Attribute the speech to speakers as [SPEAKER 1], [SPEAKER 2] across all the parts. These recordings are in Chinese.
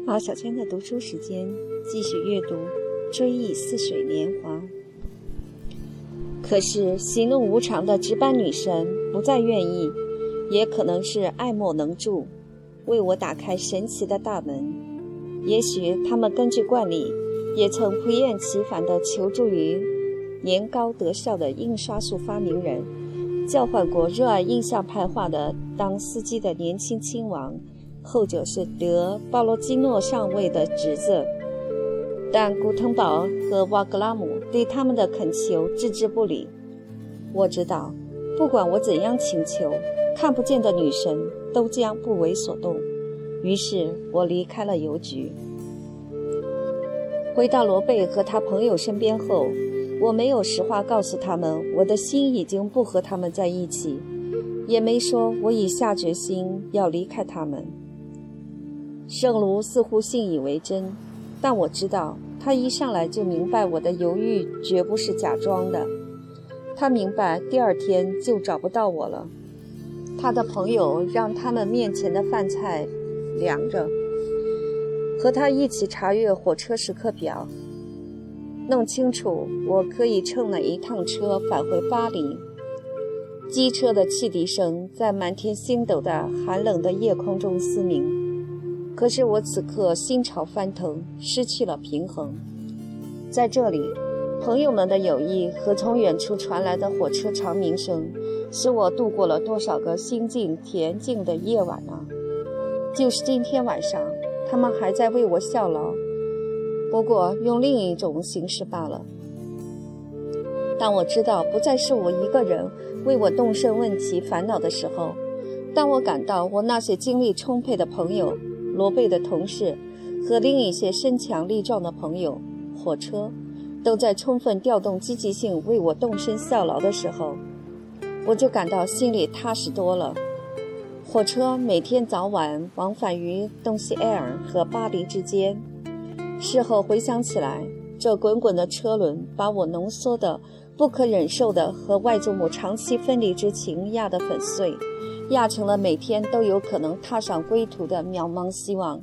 [SPEAKER 1] 好，小圈的读书时间，继续阅读《追忆似水年华》。可是喜怒无常的值班女神不再愿意，也可能是爱莫能助，为我打开神奇的大门。也许他们根据惯例，也曾不厌其烦地求助于年高德劭的印刷术发明人，叫唤过热爱印象派画的当司机的年轻亲王，后者是德鲍罗基诺上尉的侄子。但古腾堡和瓦格拉姆对他们的恳求置之不理。我知道，不管我怎样请求，看不见的女神都将不为所动。于是我离开了邮局。回到罗贝和他朋友身边后，我没有实话告诉他们我的心已经不和他们在一起，也没说我已下决心要离开他们。圣卢似乎信以为真，但我知道他一上来就明白我的犹豫绝不是假装的。他明白第二天就找不到我了。他的朋友让他们面前的饭菜凉着，和他一起查阅火车时刻表，弄清楚我可以乘哪一趟车返回巴黎。机车的汽笛声在满天星斗的寒冷的夜空中嘶鸣。可是我此刻心潮翻腾，失去了平衡。在这里，朋友们的友谊和从远处传来的火车长鸣声，使我度过了多少个心静恬静的夜晚啊！就是今天晚上，他们还在为我效劳，不过用另一种形式罢了。当我知道不再是我一个人为我动身问题烦恼的时候，当我感到我那些精力充沛的朋友，罗贝的同事和另一些身强力壮的朋友，火车都在充分调动积极性为我动身效劳的时候，我就感到心里踏实多了。火车每天早晚往返于东西埃尔和巴黎之间。事后回想起来，这滚滚的车轮把我浓缩的不可忍受的和外祖母长期分离之情压得粉碎，压成了每天都有可能踏上归途的渺茫希望。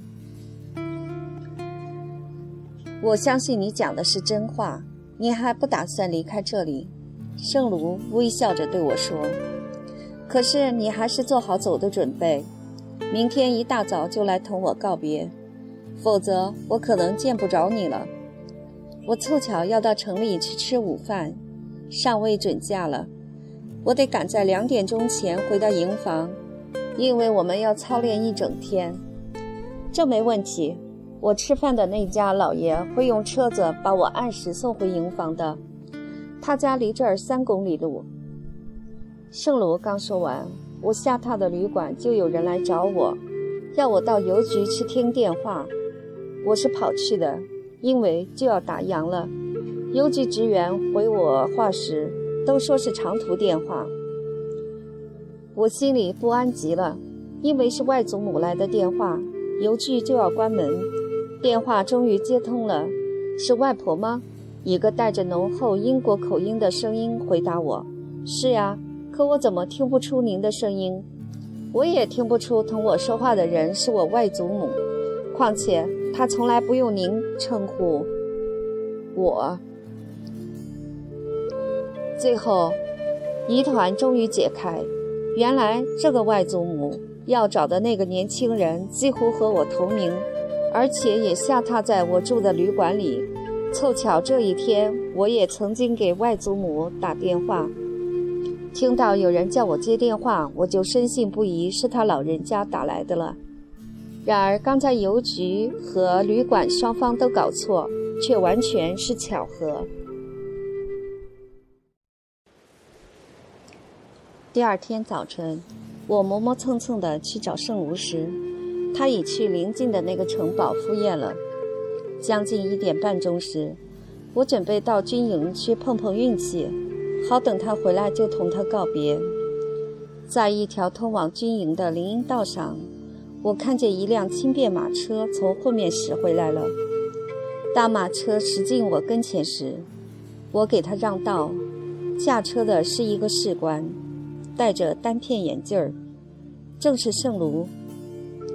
[SPEAKER 1] 我相信你讲的是真话，你还不打算离开这里。圣卢微笑着对我说，可是你还是做好走的准备，明天一大早就来同我告别，否则我可能见不着你了。我凑巧要到城里去吃午饭，尚未准假了，我得赶在2点钟前回到营房，因为我们要操练一整天。这没问题，我吃饭的那家老爷会用车子把我按时送回营房的，他家离这儿3公里路。圣卢刚说完，我下榻的旅馆就有人来找我，要我到邮局去听电话。我是跑去的，因为就要打烊了。邮局职员回我话时都说是长途电话。我心里不安极了，因为是外祖母来的电话，邮局就要关门。电话终于接通了，是外婆吗？一个带着浓厚英国口音的声音回答我，是呀，可我怎么听不出您的声音？我也听不出同我说话的人是我外祖母，况且她从来不用您称呼我。最后疑团终于解开，原来这个外祖母要找的那个年轻人几乎和我同名，而且也下榻在我住的旅馆里。凑巧这一天我也曾经给外祖母打电话，听到有人叫我接电话，我就深信不疑是他老人家打来的了。然而刚才邮局和旅馆双方都搞错，却完全是巧合。第二天早晨，我磨磨蹭蹭地去找圣卢时，他已去邻近的那个城堡赴宴了。将近1点半钟时，我准备到军营去碰碰运气，好等他回来就同他告别。在一条通往军营的林荫道上，我看见一辆轻便马车从后面驶回来了。当马车驶进我跟前时，我给他让道。驾车的是一个士官，戴着单片眼镜儿，正是圣卢。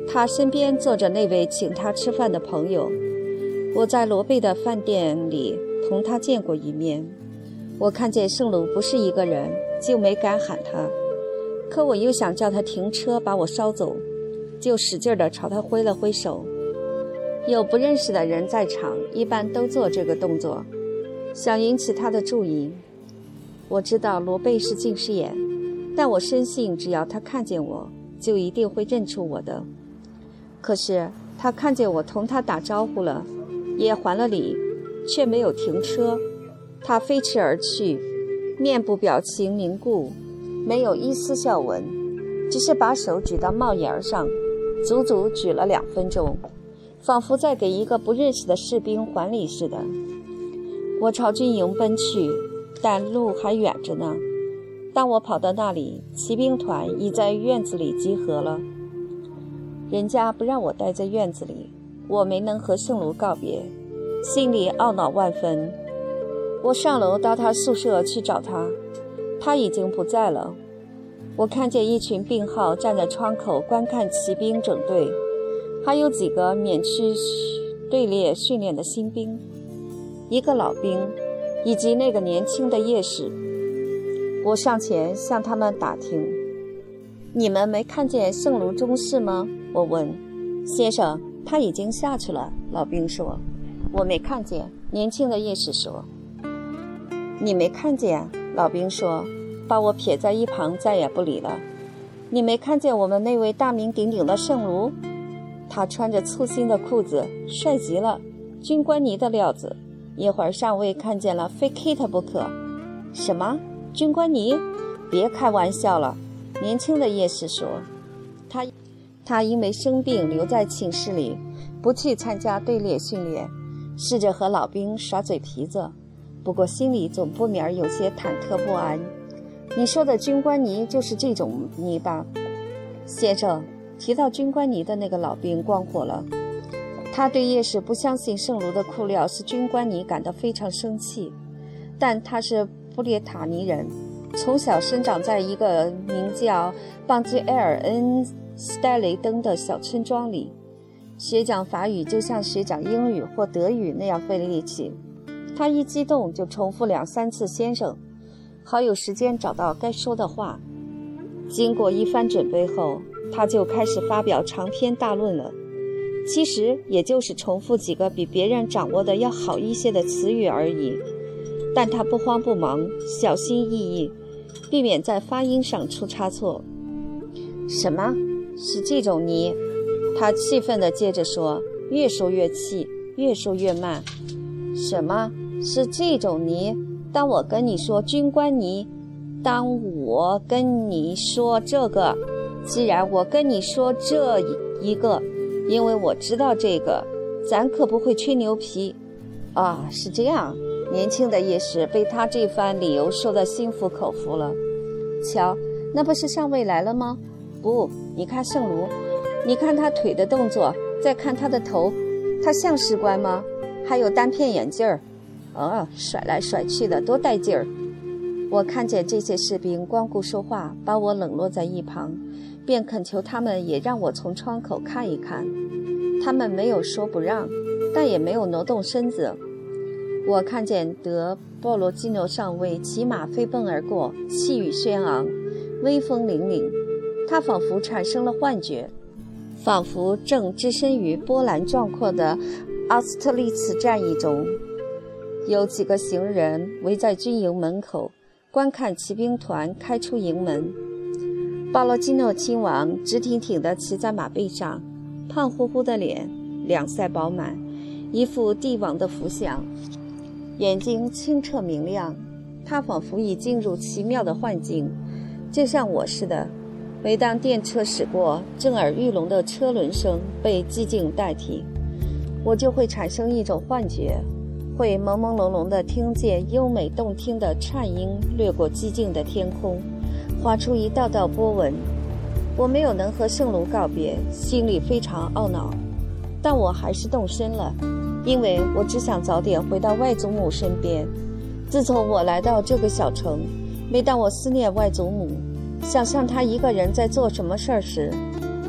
[SPEAKER 1] 他身边坐着那位请他吃饭的朋友。我在罗贝的饭店里同他见过一面。我看见圣卢不是一个人，就没敢喊他，可我又想叫他停车把我捎走，就使劲地朝他挥了挥手。有不认识的人在场，一般都做这个动作，想引起他的注意。我知道罗贝是近视眼，但我深信只要他看见我，就一定会认出我的。可是他看见我同他打招呼了，也还了礼，却没有停车。他飞驰而去，面部表情凝固，没有一丝笑纹，只是把手举到帽檐上，足足举了2分钟，仿佛在给一个不认识的士兵还礼似的。我朝军营奔去，但路还远着呢。当我跑到那里，骑兵团已在院子里集合了。人家不让我待在院子里，我没能和圣卢告别，心里懊恼万分。我上楼到他宿舍去找他，他已经不在了。我看见一群病号站在窗口观看骑兵整队，还有几个免去队列训练的新兵，一个老兵，以及那个年轻的夜士。我上前向他们打听：“你们没看见圣卢中士吗？”我问。“先生，他已经下去了。”老兵说。“我没看见。”年轻的夜士说。“你没看见？”老兵说，把我撇在一旁，再也不理了。“你没看见我们那位大名鼎鼎的圣卢？他穿着粗心的裤子，帅极了，军官尼的料子。一会儿上尉看见了，非 K 他不可。”“什么？军官尼？别开玩笑了。”年轻的夜士说。他因为生病留在寝室里，不去参加队列训练，试着和老兵耍嘴皮子，不过心里总不免有些忐忑不安。“你说的军官尼就是这种泥吧？”“先生，提到军官尼的那个老兵光火了，他对夜士不相信圣卢的裤料是军官尼感到非常生气。但他是布列塔尼人，从小生长在一个名叫邦基埃尔恩斯戴雷登的小村庄里，学讲法语就像学讲英语或德语那样费力气。他一激动就重复2、3次先生，好有时间找到该说的话。经过一番准备后，他就开始发表长篇大论了。其实也就是重复几个比别人掌握的要好一些的词语而已，但他不慌不忙，小心翼翼，避免在发音上出差错。“什么是这种泥？”他气愤地接着说，越说越气，越说越慢。“什么是这种泥？当我跟你说军官泥，当我跟你说这个，既然我跟你说这一个，因为我知道这个，咱可不会吹牛皮。”“啊，是这样。”年轻的夜士被他这番理由说得心服口服了。“瞧，那不是上尉来了吗？”“不，你看圣卢，你看他腿的动作，再看他的头，他像士官吗？还有单片眼镜儿，甩来甩去的，多带劲儿。”我看见这些士兵光顾说话，把我冷落在一旁，便恳求他们也让我从窗口看一看。他们没有说不让，但也没有挪动身子。我看见德波罗基诺上尉骑马飞奔而过，气宇轩昂，威风凛凛。他仿佛产生了幻觉，仿佛正置身于波澜壮阔的奥斯特利茨战役中。有几个行人围在军营门口，观看骑兵团开出营门。鲍罗基诺亲王直挺挺地骑在马背上，胖乎乎的脸，两腮饱满，一副帝王的福相，眼睛清澈明亮。他仿佛已进入奇妙的幻境，就像我似的。每当电车驶过，震耳欲聋的车轮声被寂静代替，我就会产生一种幻觉，会朦朦胧胧地听见优美动听的颤音掠过寂静的天空，划出一道道波纹。我没有能和圣卢告别，心里非常懊恼，但我还是动身了，因为我只想早点回到外祖母身边。自从我来到这个小城，每当我思念外祖母，想象她一个人在做什么事儿时，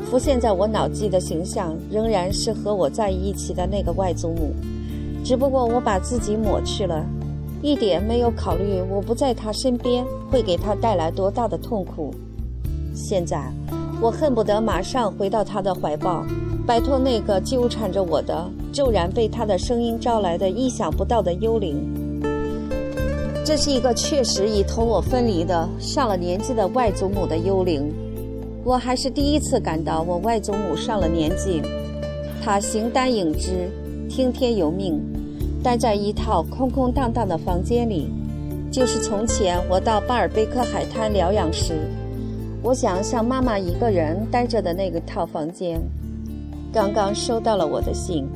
[SPEAKER 1] 浮现在我脑际的形象仍然是和我在一起的那个外祖母，只不过我把自己抹去了，一点没有考虑我不在她身边会给她带来多大的痛苦。现在我恨不得马上回到她的怀抱，摆脱那个纠缠着我的骤然被她的声音招来的意想不到的幽灵。这是一个确实已同我分离的上了年纪的外祖母的幽灵。我还是第一次感到我外祖母上了年纪，她形单影只，听天由命，待在一套空空荡荡的房间里，就是从前我到巴尔贝克海滩疗养时，我想像妈妈一个人待着的那个套房间。刚刚收到了我的信。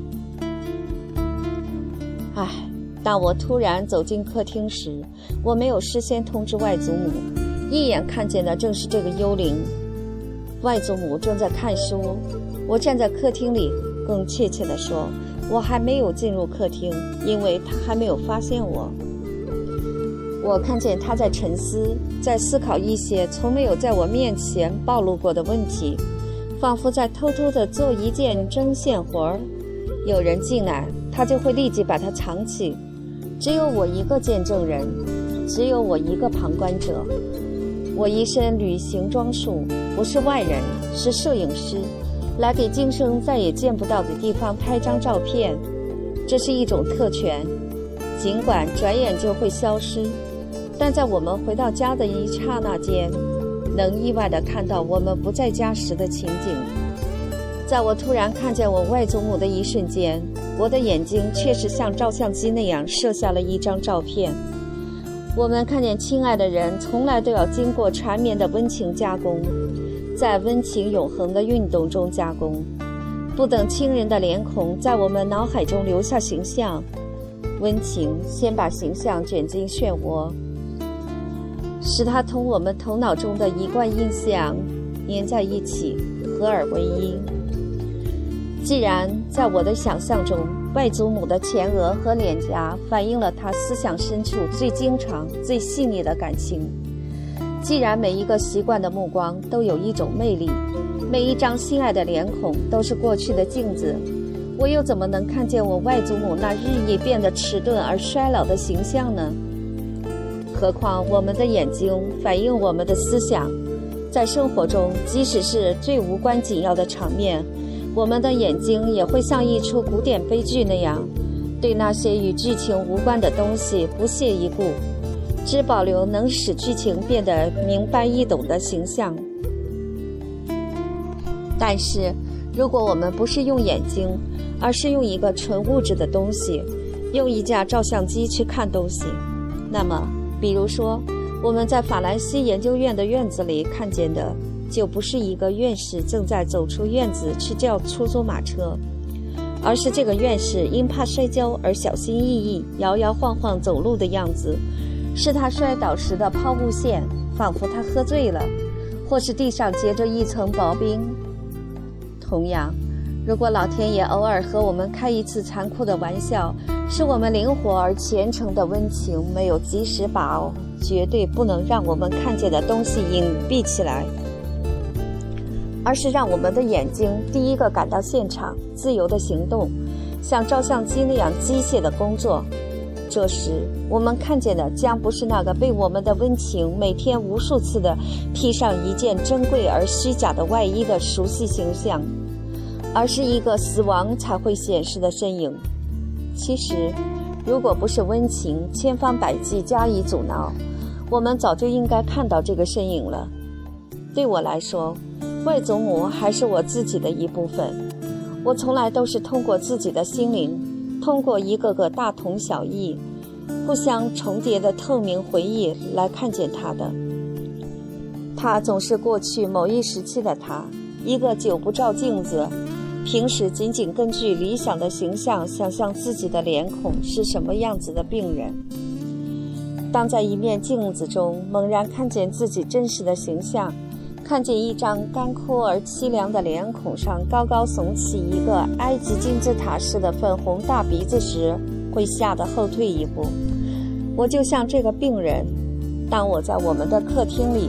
[SPEAKER 1] 当我突然走进客厅时，我没有事先通知外祖母，一眼看见的正是这个幽灵。外祖母正在看书，我站在客厅里，更确切地说，我还没有进入客厅，因为她还没有发现我。我看见她在沉思，在思考一些从没有在我面前暴露过的问题，仿佛在偷偷地做一件针线活儿。有人进来，她就会立即把它藏起。只有我一个见证人，只有我一个旁观者。我一身旅行装束，不是外人，是摄影师，来给今生再也见不到的地方拍张照片。这是一种特权，尽管转眼就会消失，但在我们回到家的一刹那间，能意外地看到我们不在家时的情景。在我突然看见我外祖母的一瞬间，我的眼睛确实像照相机那样摄下了一张照片。我们看见亲爱的人从来都要经过缠绵的温情加工，在温情永恒的运动中加工，不等亲人的脸孔在我们脑海中留下形象，温情先把形象卷进漩涡，使它同我们头脑中的一贯印象粘在一起，合而为一。既然在我的想象中，外祖母的前额和脸颊反映了她思想深处最经常、最细腻的感情，既然每一个习惯的目光都有一种魅力，每一张心爱的脸孔都是过去的镜子，我又怎么能看见我外祖母那日益变得迟钝而衰老的形象呢？何况我们的眼睛反映我们的思想，在生活中，即使是最无关紧要的场面，我们的眼睛也会像一出古典悲剧那样，对那些与剧情无关的东西不屑一顾，只保留能使剧情变得明白易懂的形象。但是如果我们不是用眼睛，而是用一个纯物质的东西，用一架照相机去看东西，那么比如说我们在法兰西研究院的院子里看见的，就不是一个院士正在走出院子去叫出租马车，而是这个院士因怕摔跤而小心翼翼摇摇晃晃走路的样子，是他摔倒时的抛物线，仿佛他喝醉了，或是地上结着一层薄冰。同样，如果老天爷偶尔和我们开一次残酷的玩笑，是我们灵活而虔诚的温情没有及时把绝对不能让我们看见的东西隐蔽起来，而是让我们的眼睛第一个赶到现场，自由的行动，像照相机那样机械的工作。这时我们看见的将不是那个被我们的温情每天无数次的披上一件珍贵而虚假的外衣的熟悉形象，而是一个死亡才会显示的身影。其实如果不是温情千方百计加以阻挠，我们早就应该看到这个身影了。对我来说，外祖母还是我自己的一部分，我从来都是通过自己的心灵，通过一个个大同小异、互相重叠的透明回忆来看见她的。她总是过去某一时期的她，一个久不照镜子，平时仅仅根据理想的形象想象自己的脸孔是什么样子的病人。当在一面镜子中猛然看见自己真实的形象，看见一张干枯而凄凉的脸孔上高高耸起一个埃及金字塔式的粉红大鼻子时，会吓得后退一步。我就像这个病人，当我在我们的客厅里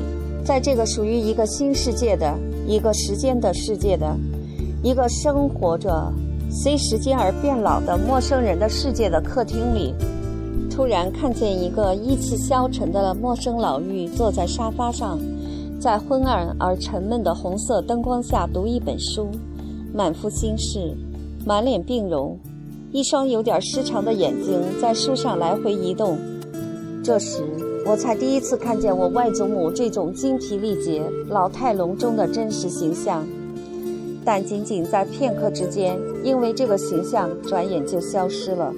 [SPEAKER 1] 在这个属于一个新世界的、一个时间的世界的、一个生活着随时间而变老的陌生人的世界的客厅里，突然看见一个意气消沉的陌生老妪坐在沙发上，在昏暗而沉闷的红色灯光下读一本书，满腹心事，满脸病容，一双有点失常的眼睛在书上来回移动。这时我才第一次看见我外祖母这种精疲力竭、老态龙钟的真实形象，但仅仅在片刻之间，因为这个形象转眼就消失了。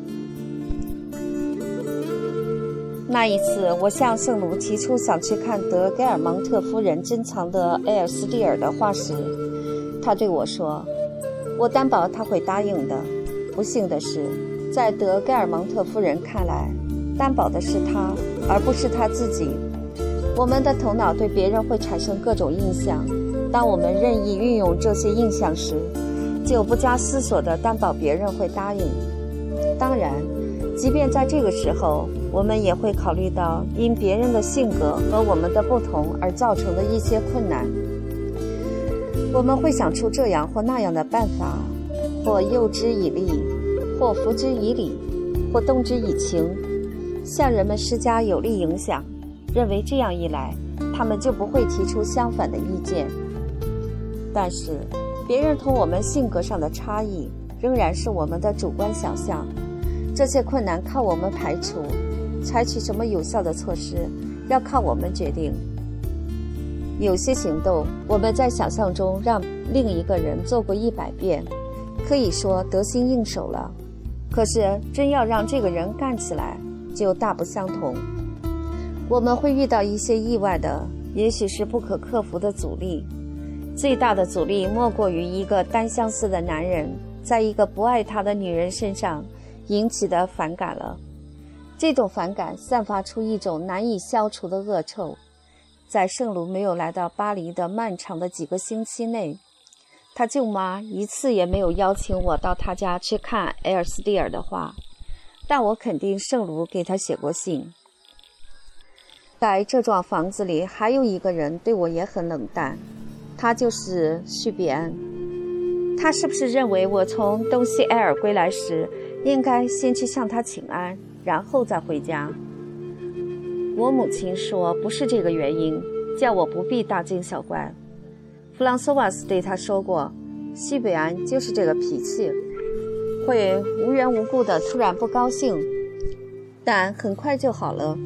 [SPEAKER 1] 那一次我向圣卢提出想去看德盖尔芒特夫人珍藏的埃尔斯蒂尔的画时，他对我说，我担保他会答应的。不幸的是，在德盖尔芒特夫人看来，担保的是他，而不是他自己。我们的头脑对别人会产生各种印象，当我们任意运用这些印象时，就不加思索地担保别人会答应。当然，即便在这个时候，我们也会考虑到因别人的性格和我们的不同而造成的一些困难。我们会想出这样或那样的办法，或诱之以利，或扶之以礼，或动之以情，向人们施加有利影响，认为这样一来，他们就不会提出相反的意见。但是，别人同我们性格上的差异，仍然是我们的主观想象。这些困难靠我们排除，采取什么有效的措施，要靠我们决定。有些行动，我们在想象中让另一个人做过100遍，可以说得心应手了。可是，真要让这个人干起来，就大不相同。我们会遇到一些意外的，也许是不可克服的阻力。最大的阻力莫过于一个单相思的男人在一个不爱他的女人身上引起的反感了。这种反感散发出一种难以消除的恶臭。在圣卢没有来到巴黎的漫长的几个星期内，他舅妈一次也没有邀请我到他家去看埃尔斯蒂尔的画，但我肯定圣卢给他写过信。在这幢房子里还有一个人对我也很冷淡，他就是叙比安。他是不是认为我从东西埃尔归来时应该先去向他请安，然后再回家？我母亲说不是这个原因，叫我不必大惊小怪。弗朗索瓦斯对他说过，西北安就是这个脾气，会无缘无故的突然不高兴，但很快就好了。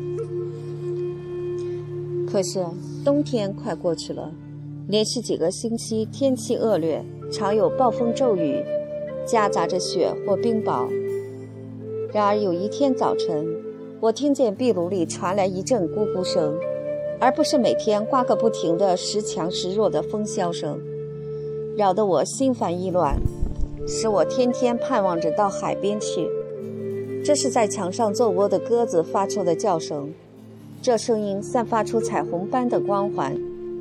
[SPEAKER 1] 可是冬天快过去了，连续几个星期天气恶劣，常有暴风骤雨，夹杂着雪或冰雹。然而有一天早晨，我听见壁炉里传来一阵咕咕声，而不是每天刮个不停的时强时弱的风箫声，扰得我心烦意乱，使我天天盼望着到海边去。这是在墙上做窝的鸽子发出的叫声，这声音散发出彩虹般的光环，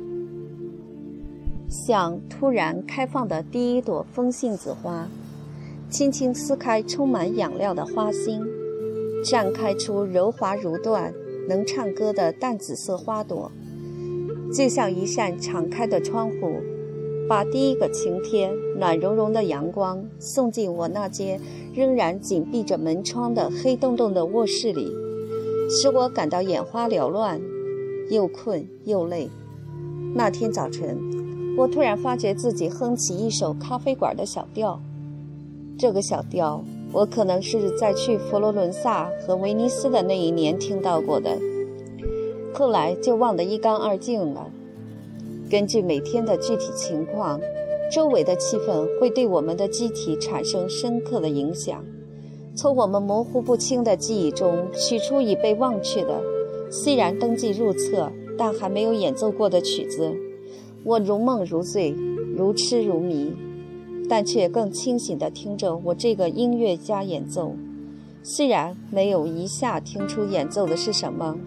[SPEAKER 1] 像突然开放的第一朵风信子花，轻轻撕开充满养料的花心，绽开出柔滑如缎能唱歌的淡紫色花朵，就像一扇敞开的窗户，把第一个晴天暖融融的阳光送进我那间仍然紧闭着门窗的黑洞洞的卧室里，使我感到眼花缭乱，又困又累。那天早晨，我突然发觉自己哼起一首咖啡馆的小调。这个小调我可能是在去佛罗伦萨和威尼斯的那一年听到过的，后来就忘得一干二净了。根据每天的具体情况，周围的气氛会对我们的机体产生深刻的影响。从我们模糊不清的记忆中取出已被忘却的，虽然登记入册但还没有演奏过的曲子，我如梦如醉，如痴如迷，但却更清醒地听着我这个音乐家演奏，虽然没有一下听出演奏的是什么。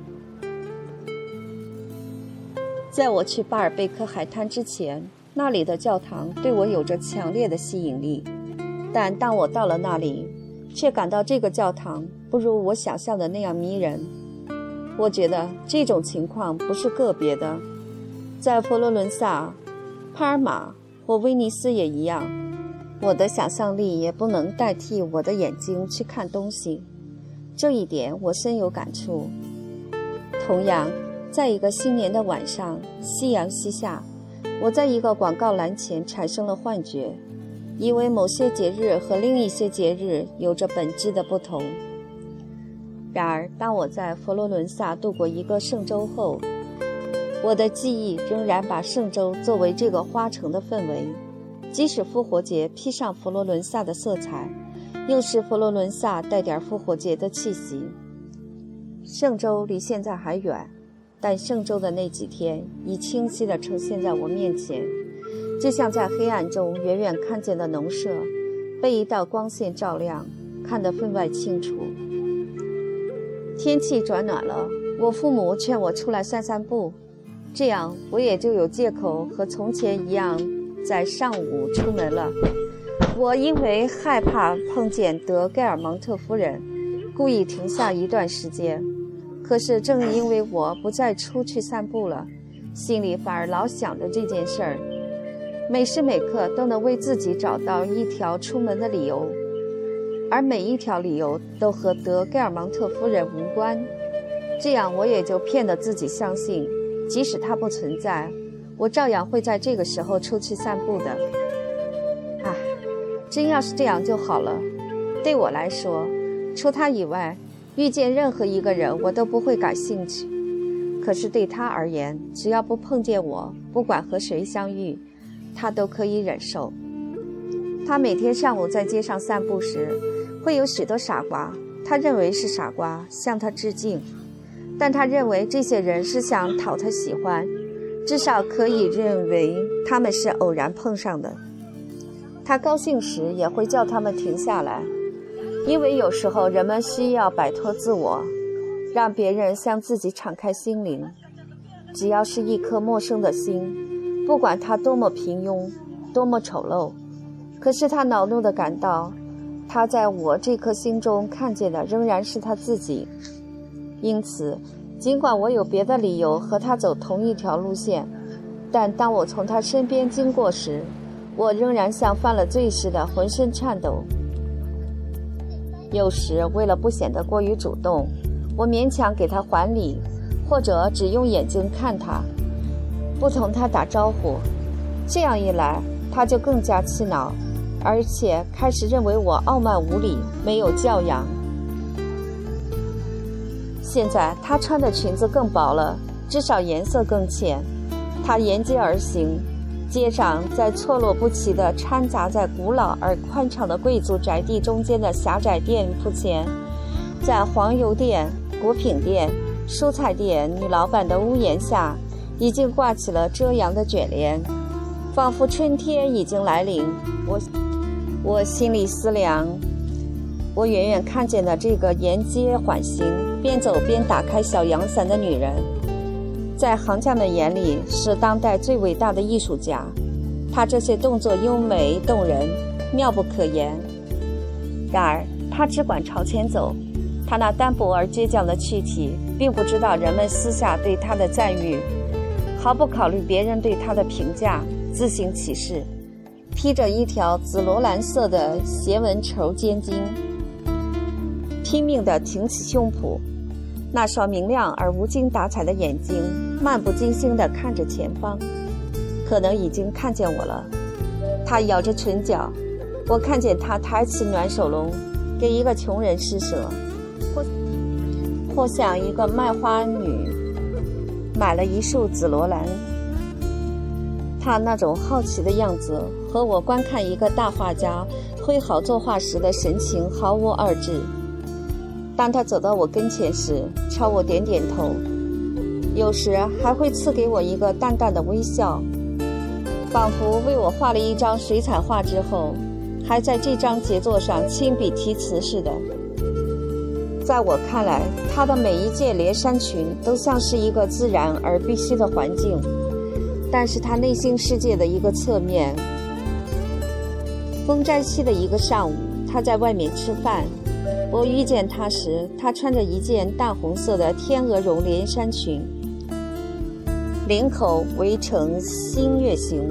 [SPEAKER 1] 在我去巴尔贝克海滩之前，那里的教堂对我有着强烈的吸引力，但当我到了那里，却感到这个教堂不如我想象的那样迷人。我觉得这种情况不是个别的， 在佛罗伦萨、帕尔马或威尼斯也一样，我的想象力也不能代替我的眼睛去看东西，这一点我深有感触。同样，在一个新年的晚上，夕阳西下，我在一个广告栏前产生了幻觉，以为某些节日和另一些节日有着本质的不同。然而，当我在佛罗伦萨度过一个圣周后，我的记忆仍然把圣周作为这个花城的氛围，即使复活节披上佛罗伦萨的色彩，又是佛罗伦萨带点复活节的气息。圣周离现在还远，但圣周的那几天已清晰地呈现在我面前，就像在黑暗中远远看见的农舍，被一道光线照亮，看得分外清楚。天气转暖了，我父母劝我出来散散步，这样我也就有借口和从前一样在上午出门了。我因为害怕碰见德盖尔蒙特夫人，故意停下一段时间。可是正因为我不再出去散步了，心里反而老想着这件事儿，每时每刻都能为自己找到一条出门的理由，而每一条理由都和德盖尔蒙特夫人无关。这样我也就骗得自己相信，即使她不存在，我照样会在这个时候出去散步的。唉，真要是这样就好了。对我来说，除她以外，遇见任何一个人我都不会感兴趣。可是对她而言，只要不碰见我，不管和谁相遇，她都可以忍受。她每天上午在街上散步时，会有许多傻瓜，她认为是傻瓜，向她致敬。但她认为这些人是想讨她喜欢，至少可以认为他们是偶然碰上的。她高兴时也会叫他们停下来，因为有时候人们需要摆脱自我，让别人向自己敞开心灵。只要是一颗陌生的心，不管它多么平庸，多么丑陋，可是他恼怒地感到，他在我这颗心中看见的仍然是他自己。因此，尽管我有别的理由和他走同一条路线，但当我从他身边经过时，我仍然像犯了罪似的浑身颤抖。有时为了不显得过于主动，我勉强给他还礼，或者只用眼睛看他，不同他打招呼。这样一来，他就更加气恼，而且开始认为我傲慢无礼，没有教养。现在她穿的裙子更薄了，至少颜色更浅。她沿街而行，街上在错落不齐地掺杂在古老而宽敞的贵族宅地中间的狭窄店铺前，在黄油店、果品店、蔬菜店女老板的屋檐下，已经挂起了遮阳的卷帘，仿佛春天已经来临。我心里思量，我远远看见的这个沿街缓行，边走边打开小阳伞的女人，在行家们眼里是当代最伟大的艺术家。她这些动作优美动人，妙不可言。然而她只管朝前走，她那单薄而倔强的躯体并不知道人们私下对她的赞誉，毫不考虑别人对她的评价，自行其事，披着一条紫罗兰色的斜纹绸肩巾，拼命地挺起胸脯，那双明亮而无精打采的眼睛漫不经心地看着前方，可能已经看见我了。他咬着唇角，我看见他抬起暖手笼给一个穷人施舍，或向一个卖花女买了一束紫罗兰。他那种好奇的样子和我观看一个大画家挥毫作画时的神情毫无二致。当他走到我跟前时，朝我点点头，有时还会赐给我一个淡淡的微笑，仿佛为我画了一张水彩画之后，还在这张杰作上亲笔题词似的。在我看来，他的每一件连衫裙都像是一个自然而必须的环境，但是他内心世界的一个侧面。风斋期的一个上午，他在外面吃饭，我遇见他时，他穿着一件淡红色的天鹅绒连衫裙， 领口围成新月形。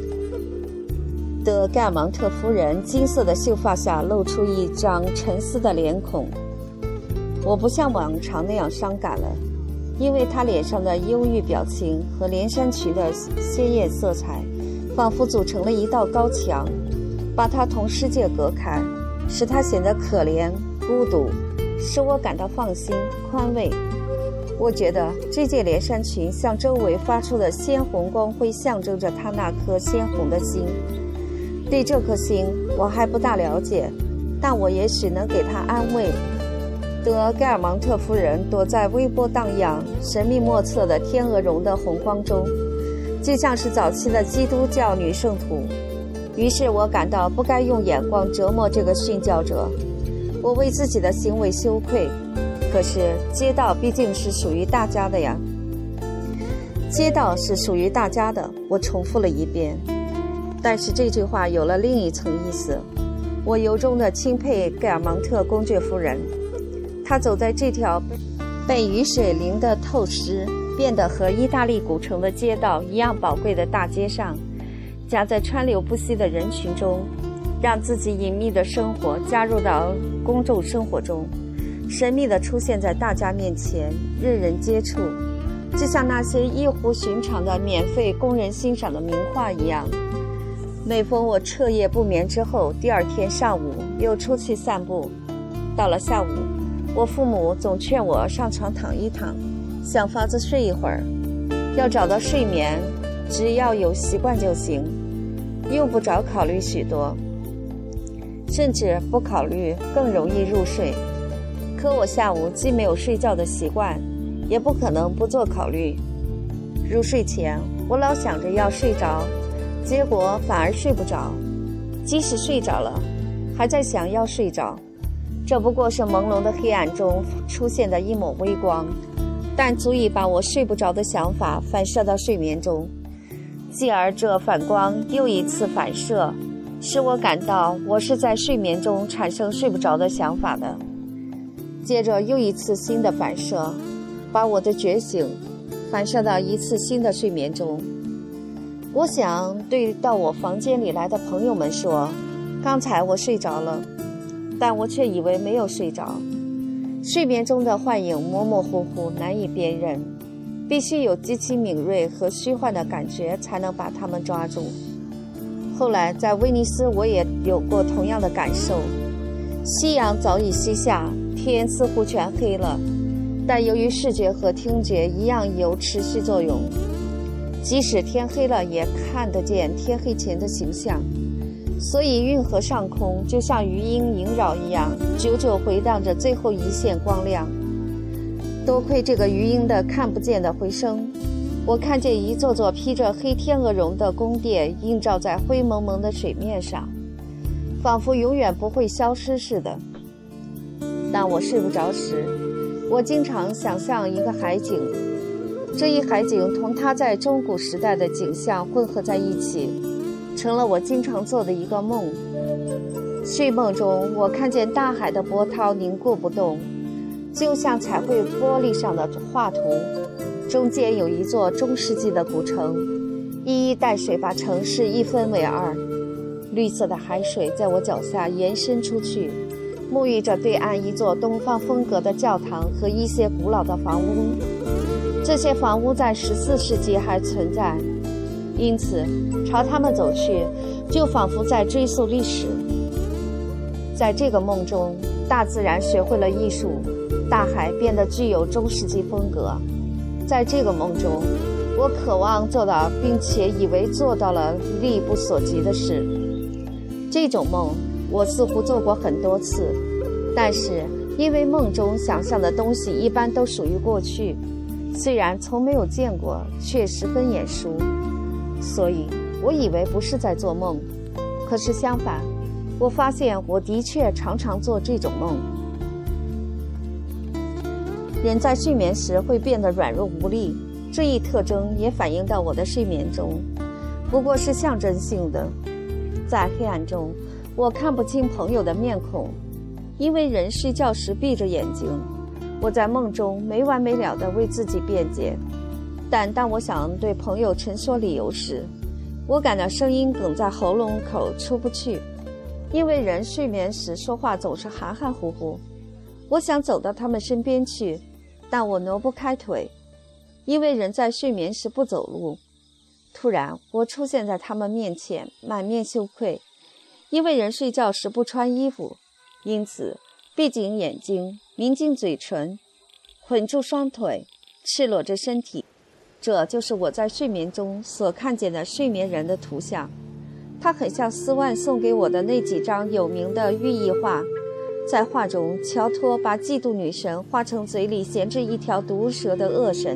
[SPEAKER 1] 德盖尔芒特夫人金色的秀发下露出一张沉思的脸孔。我不像往常那样伤感了，因为她脸上的忧郁表情和连衫裙的鲜艳色彩仿佛组成了一道高墙，把她同世界隔开，使她显得可怜孤独，使我感到放心宽慰。我觉得这件连衫裙向周围发出的鲜红光辉象征着她那颗鲜红的心。对这颗心我还不大了解，但我也许能给她安慰。德盖尔芒特夫人躲在微波荡漾、神秘莫测的天鹅绒的红光中，就像是早期的基督教女圣徒。于是我感到不该用眼光折磨这个殉教者，我为自己的行为羞愧。可是街道毕竟是属于大家的呀。街道是属于大家的，我重复了一遍。但是这句话有了另一层意思，我由衷地钦佩盖尔芒特公爵夫人。她走在这条被雨水淋得透湿、变得和意大利古城的街道一样宝贵的大街上，夹在川流不息的人群中，让自己隐秘的生活加入到公众生活中，神秘地出现在大家面前，任人接触，就像那些异乎寻常的免费供人欣赏的名画一样。每逢我彻夜不眠之后，第二天上午又出去散步。到了下午，我父母总劝我上床躺一躺，想法子睡一会儿。要找到睡眠，只要有习惯就行，用不着考虑许多，甚至不考虑更容易入睡。可我下午既没有睡觉的习惯，也不可能不做考虑。入睡前，我老想着要睡着，结果反而睡不着。即使睡着了，还在想要睡着。这不过是朦胧的黑暗中出现的一抹微光，但足以把我睡不着的想法反射到睡眠中。继而这反光又一次反射，使我感到我是在睡眠中产生睡不着的想法的。接着又一次新的反射，把我的觉醒反射到一次新的睡眠中。我想对到我房间里来的朋友们说，刚才我睡着了，但我却以为没有睡着。睡眠中的幻影模模糊糊，难以辨认，必须有极其敏锐和虚幻的感觉才能把它们抓住。后来在威尼斯我也有过同样的感受。夕阳早已西下，天似乎全黑了，但由于视觉和听觉一样有持续作用，即使天黑了也看得见天黑前的形象，所以运河上空就像余音萦绕一样，久久回荡着最后一线光亮。多亏这个余音的看不见的回声，我看见一座座披着黑天鹅绒的宫殿映照在灰蒙蒙的水面上，仿佛永远不会消失似的。当我睡不着时，我经常想象一个海景，这一海景同它在中古时代的景象混合在一起，成了我经常做的一个梦。睡梦中，我看见大海的波涛凝固不动，就像彩绘玻璃上的画图，中间有一座中世纪的古城，一衣带水把城市一分为二。绿色的海水在我脚下延伸出去，沐浴着对岸一座东方风格的教堂和一些古老的房屋。这些房屋在14世纪还存在，因此朝他们走去，就仿佛在追溯历史。在这个梦中，大自然学会了艺术，大海变得具有中世纪风格。在这个梦中，我渴望做到，并且以为做到了力不所及的事。这种梦我似乎做过很多次，但是因为梦中想象的东西一般都属于过去，虽然从没有见过，却十分眼熟，所以我以为不是在做梦。可是相反，我发现我的确常常做这种梦。人在睡眠时会变得软弱无力，这一特征也反映到我的睡眠中，不过是象征性的。在黑暗中，我看不清朋友的面孔，因为人睡觉时闭着眼睛。我在梦中没完没了地为自己辩解， 但当我想对朋友陈说理由时，我感到声音哽在喉咙口出不去，因为人睡眠时说话总是含含糊糊。我想走到他们身边去，但我挪不开腿，因为人在睡眠时不走路。突然我出现在他们面前，满面羞愧，因为人睡觉时不穿衣服，因此闭紧眼睛，抿紧嘴唇，捆住双腿，赤裸着身体。这就是我在睡眠中所看见的睡眠人的图像。它很像斯万送给我的那几张有名的寓意画。在画中，乔托把嫉妒女神画成嘴里衔着一条毒蛇的恶神。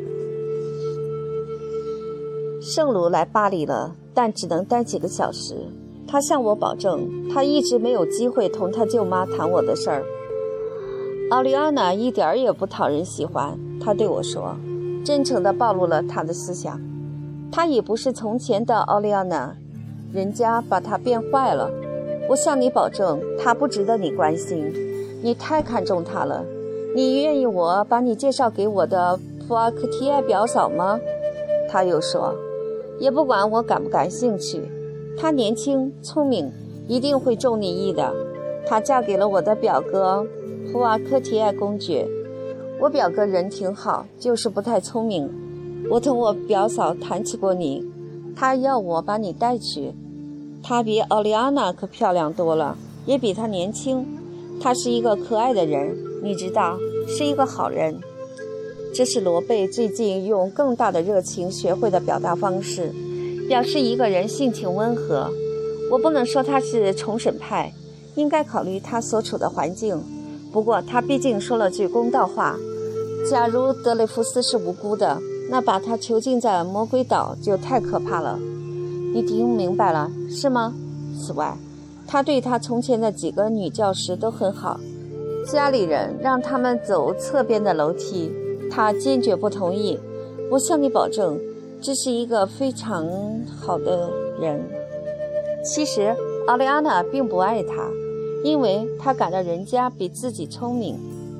[SPEAKER 1] 圣卢来巴黎了，但只能待几个小时。他向我保证，他一直没有机会同他舅妈谈我的事儿。奥利安娜一点儿也不讨人喜欢，他对我说，真诚地暴露了他的思想。他已不是从前的奥利安娜，人家把他变坏了。我向你保证，他不值得你关心，你太看重他了。你愿意我把你介绍给我的普瓦克提埃表嫂吗？他又说，也不管我感不感兴趣，她年轻聪明，一定会中你意的。她嫁给了我的表哥普瓦克提埃公爵。我表哥人挺好，就是不太聪明。我同我表嫂谈起过你，她要我把你带去。她比奥利安娜可漂亮多了，也比她年轻。她是一个可爱的人，你知道，是一个好人。这是罗贝最近用更大的热情学会的表达方式，表示一个人性情温和。我不能说他是重审派，应该考虑他所处的环境。不过他毕竟说了句公道话，假如德雷福斯是无辜的，那把他囚禁在魔鬼岛就太可怕了。你听明白了，是吗？此外，他对他从前的几个女教师都很好，家里人让他们走侧边的楼梯，他坚决不同意。我向你保证，这是一个非常好的人。其实奥利安娜并不爱他，因为他感到人家比自己聪明。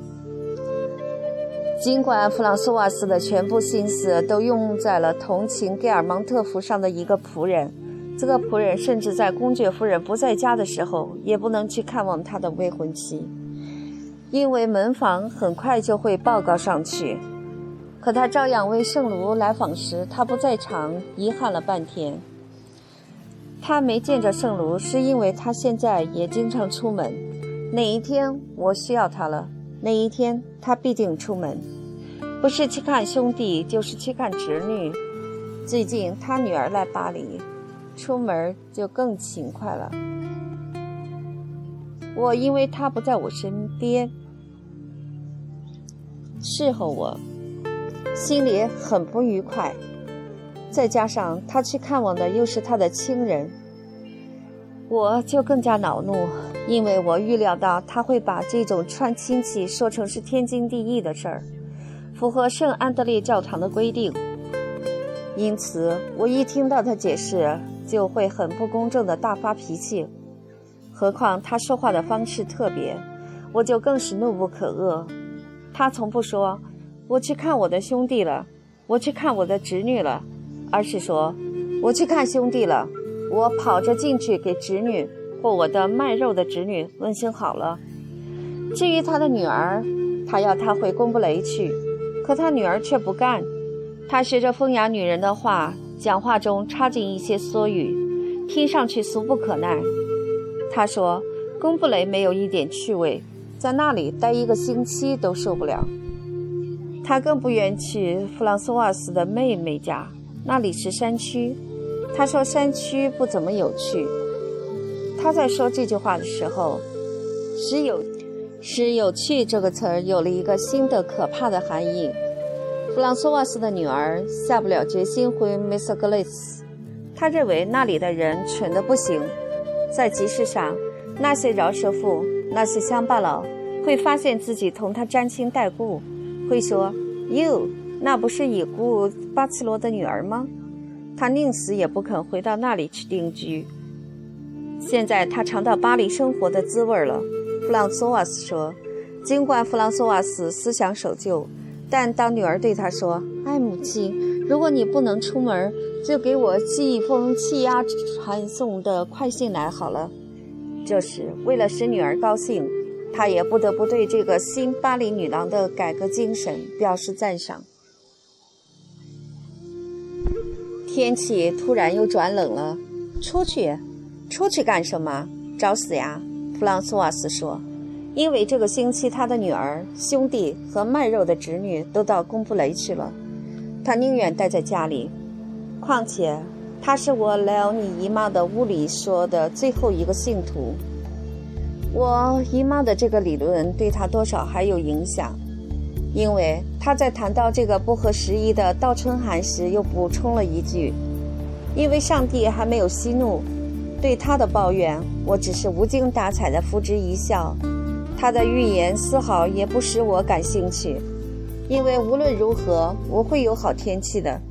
[SPEAKER 1] 尽管弗朗索瓦斯的全部心思都用在了同情盖尔蒙特府上的一个仆人，这个仆人甚至在公爵夫人不在家的时候也不能去看望他的未婚妻，因为门房很快就会报告上去。可他照样为圣卢来访时他不在场遗憾了半天。他没见着圣卢是因为他现在也经常出门，哪一天我需要他了，那一天他必定出门，不是去看兄弟就是去看侄女。最近他女儿来巴黎，出门就更勤快了。我因为他不在我身边侍候我，心里很不愉快，再加上他去看望的又是他的亲人，我就更加恼怒，因为我预料到他会把这种串亲戚说成是天经地义的事儿，符合圣安德烈教堂的规定。因此我一听到他解释就会很不公正地大发脾气，何况他说话的方式特别，我就更是怒不可遏。他从不说我去看我的兄弟了，我去看我的侄女了，而是说我去看兄弟了，我跑着进去给侄女或我的卖肉的侄女问声好了。至于他的女儿，他要她回贡布雷去，可他女儿却不干。他学着风雅女人的话，讲话中插进一些缩语，听上去俗不可耐。他说贡布雷没有一点趣味，在那里待一个星期都受不了。他更不愿去弗朗索瓦斯的妹妹家，那里是山区。他说山区不怎么有趣。他在说这句话的时候，使有趣这个词儿有了一个新的可怕的含义。弗朗索瓦斯的女儿下不了决心回梅瑟格雷斯，他认为那里的人蠢得不行。在集市上，那些饶舌妇，那些乡巴佬会发现自己同他沾亲带故，会说哟，那不是已故巴茨罗的女儿吗？他宁死也不肯回到那里去定居。现在他尝到巴黎生活的滋味了。弗朗索瓦斯说，尽管弗朗索瓦斯思想守旧，但当女儿对他说，哎，母亲， 如果你不能出门，就给我寄一封气压传送的快信来好了。这时，为了使女儿高兴，他也不得不对这个新巴黎女郎的改革精神表示赞赏。天气突然又转冷了，出去干什么？找死呀！弗朗索瓦斯说，因为这个星期他的女儿、兄弟和卖肉的侄女都到贡布雷去了，他宁愿待在家里。况且他是我莱奥尼姨妈的屋里说的最后一个信徒。我姨妈的这个理论对他多少还有影响，因为他在谈到这个不合时宜的倒春寒时又补充了一句，因为上帝还没有息怒。对他的抱怨，我只是无精打采地付之一笑。他的预言丝毫也不使我感兴趣，因为无论如何我会有好天气的。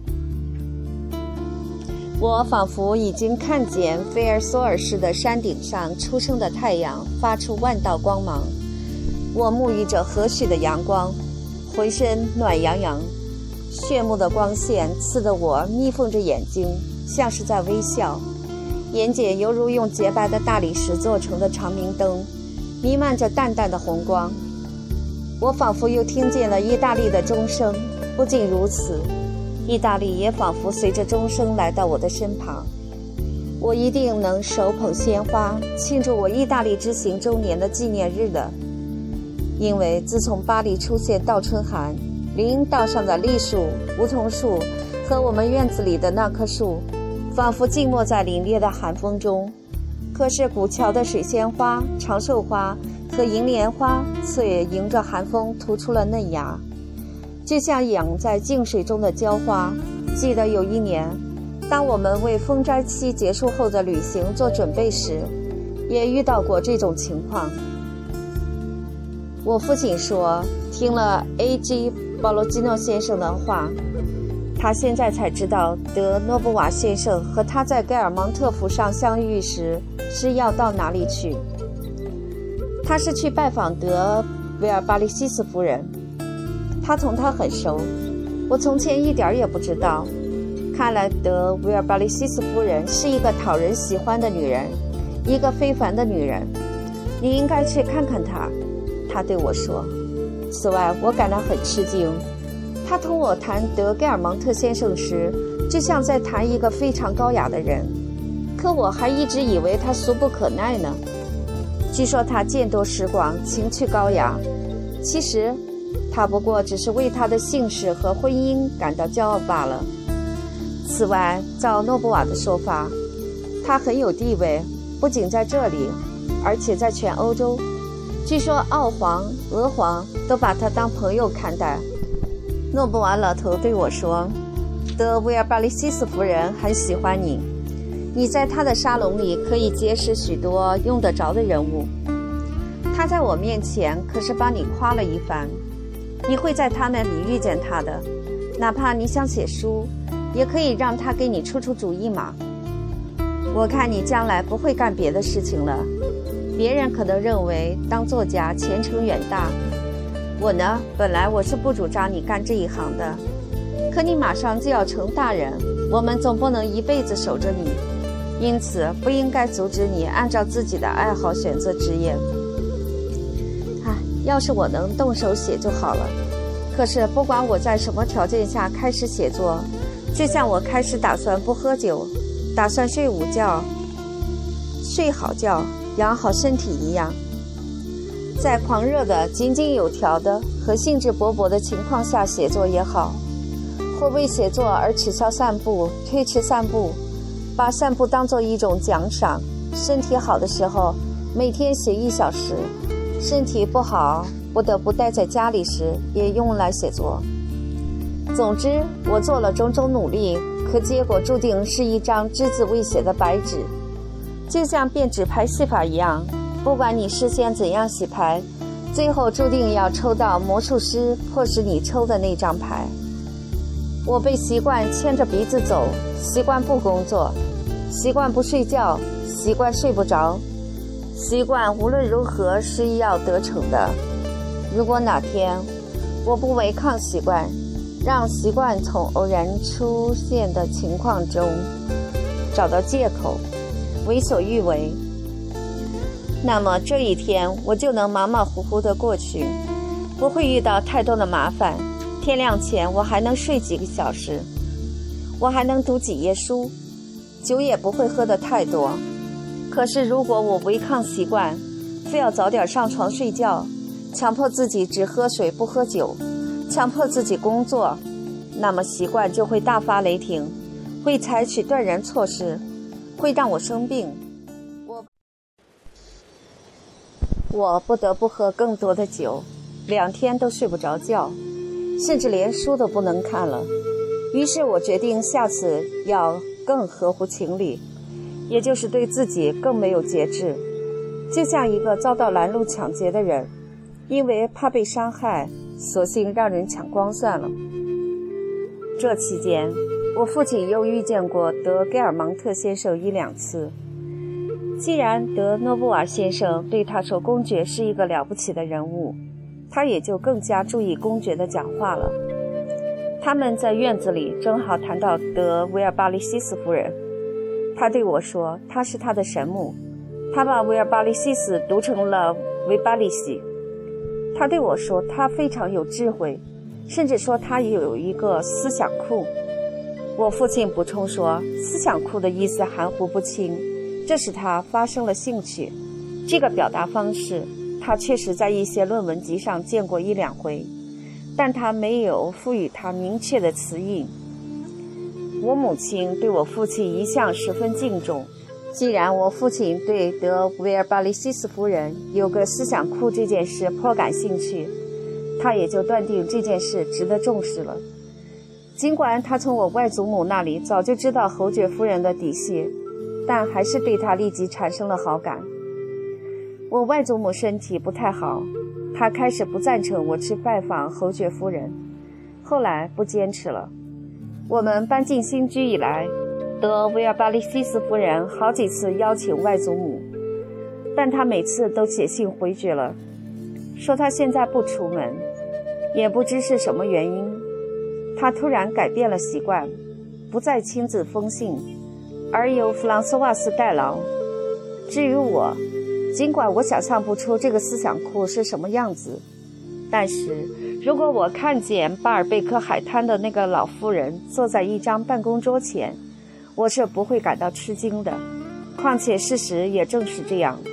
[SPEAKER 1] 我仿佛已经看见菲尔索尔市的山顶上初升的太阳发出万道光芒，我沐浴着和煦的阳光，浑身暖洋洋，炫目的光线刺得我眯缝着眼睛，像是在微笑。眼睑犹如用洁白的大理石做成的长明灯，弥漫着淡淡的红光。我仿佛又听见了意大利的钟声，不仅如此，意大利也仿佛随着钟声来到我的身旁。我一定能手捧鲜花庆祝我意大利之行周年的纪念日的，因为自从巴黎出现倒春寒，林道上的栗树、梧桐树和我们院子里的那棵树仿佛静默在凛冽的寒风中，可是古桥的水仙花、长寿花和银莲花却迎着寒风吐出了嫩芽，就像养在净水中的娇花。记得有一年，当我们为风灾期结束后的旅行做准备时，也遇到过这种情况。我父亲说，听了 A.G. 保罗基诺先生的话，他现在才知道德诺布瓦先生和他在盖尔蒙特府上相遇时是要到哪里去。他是去拜访德维尔巴利西斯夫人，他同她很熟，我从前一点也不知道。看来德维尔巴利西斯夫人是一个讨人喜欢的女人，一个非凡的女人，你应该去看看她，他对我说。此外，我感到很吃惊，他同我谈德盖尔蒙特先生时，就像在谈一个非常高雅的人，可我还一直以为他俗不可耐呢。据说他见多识广，情趣高雅，其实他不过只是为他的姓氏和婚姻感到骄傲罢了。此外，照诺布瓦的说法，他很有地位，不仅在这里，而且在全欧洲。据说奥皇、俄皇都把他当朋友看待。诺布瓦老头对我说，德维尔巴利西斯夫人很喜欢你，你在他的沙龙里可以结识许多用得着的人物。他在我面前可是把你夸了一番，你会在他那里遇见他的，哪怕你想写书，也可以让他给你出出主意嘛。我看你将来不会干别的事情了，别人可能认为当作家前程远大，我呢，本来我是不主张你干这一行的，可你马上就要成大人，我们总不能一辈子守着你，因此不应该阻止你按照自己的爱好选择职业。要是我能动手写就好了，可是不管我在什么条件下开始写作，就像我开始打算不喝酒，打算睡午觉，睡好觉，养好身体一样，在狂热的、井井有条的和兴致勃勃的情况下写作也好，或为写作而取消散步，推迟散步，把散步当作一种奖赏，身体好的时候每天写1小时，身体不好不得不待在家里时也用来写作。总之，我做了种种努力，可结果注定是一张只字未写的白纸，就像变纸牌戏法一样，不管你事先怎样洗牌，最后注定要抽到魔术师迫使你抽的那张牌。我被习惯牵着鼻子走，习惯不工作，习惯不睡觉，习惯睡不着，习惯无论如何是要得逞的。如果哪天我不违抗习惯， 让习惯从偶然出现的情况中找到借口，为所欲为。那么这一天我就能马马虎虎地过去，不会遇到太多的麻烦。天亮前我还能睡几个小时，我还能读几页书，酒也不会喝得太多。可是如果我违抗习惯，非要早点上床睡觉，强迫自己只喝水不喝酒，强迫自己工作，那么习惯就会大发雷霆，会采取断然措施，会让我生病。我不得不喝更多的酒，2天都睡不着觉，甚至连书都不能看了。于是我决定下次要更合乎情理，也就是对自己更没有节制，就像一个遭到拦路抢劫的人，因为怕被伤害，索性让人抢光算了。这期间，我父亲又遇见过德盖尔芒特先生1-2次。既然德诺布瓦先生对他说公爵是一个了不起的人物，他也就更加注意公爵的讲话了。他们在院子里正好谈到德维尔巴利西斯夫人，他对我说她是他的神母，他把维尔巴利西斯读成了维巴利西。他对我说他非常有智慧，甚至说他也有一个思想库。我父亲补充说，思想库的意思含糊不清，这使他发生了兴趣。这个表达方式他确实在一些论文集上见过1-2回，但他没有赋予它明确的词义。我母亲对我父亲一向十分敬重，既然我父亲对德维尔巴利西斯夫人有个思想库这件事颇感兴趣，他也就断定这件事值得重视了。尽管他从我外祖母那里早就知道侯爵夫人的底细，但还是对他立即产生了好感。我外祖母身体不太好，他开始不赞成我去拜访侯爵夫人，后来不坚持了。我们搬进新居以来，德维尔巴利西斯夫人好几次邀请外祖母，但她每次都写信回绝了，说她现在不出门，也不知是什么原因。她突然改变了习惯，不再亲自封信，而由弗朗索瓦斯代劳。至于我，尽管我想象不出这个思想库是什么样子，但是如果我看见巴尔贝克海滩的那个老妇人坐在一张办公桌前，我是不会感到吃惊的。况且事实也正是这样。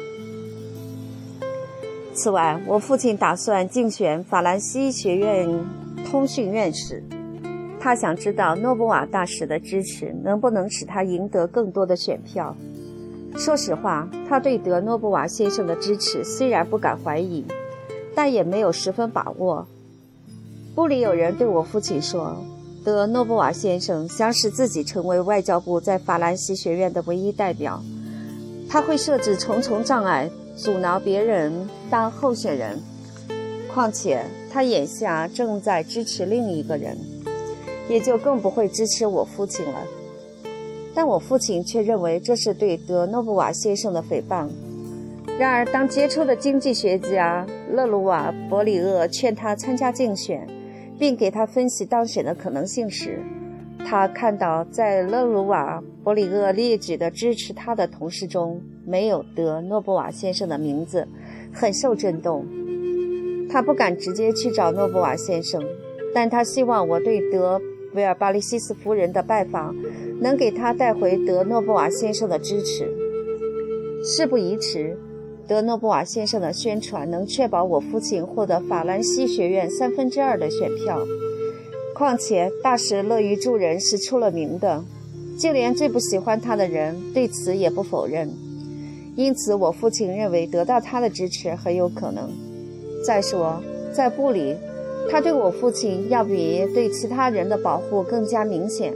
[SPEAKER 1] 此外，我父亲打算竞选法兰西学院通讯院士，他想知道诺布瓦大使的支持能不能使他赢得更多的选票。说实话，他对德诺布瓦先生的支持虽然不敢怀疑，但也没有十分把握。部里有人对我父亲说，德诺布瓦先生想使自己成为外交部在法兰西学院的唯一代表，他会设置重重障碍，阻挠别人当候选人。况且他眼下正在支持另一个人，也就更不会支持我父亲了。但我父亲却认为这是对德诺布瓦先生的诽谤。然而当杰出的经济学家勒鲁瓦·伯里厄劝他参加竞选，并给他分析当选的可能性时，他看到在勒鲁瓦·伯里厄列举的支持他的同事中没有德诺布瓦先生的名字，很受震动。他不敢直接去找诺布瓦先生，但他希望我对德维尔巴利西斯夫人的拜访能给他带回德诺布瓦先生的支持。事不宜迟，德诺布瓦先生的宣传能确保我父亲获得法兰西学院2/3的选票。况且大使乐于助人是出了名的，就连最不喜欢他的人对此也不否认。因此我父亲认为得到他的支持很有可能。再说在部里，他对我父亲要比对其他人的保护更加明显。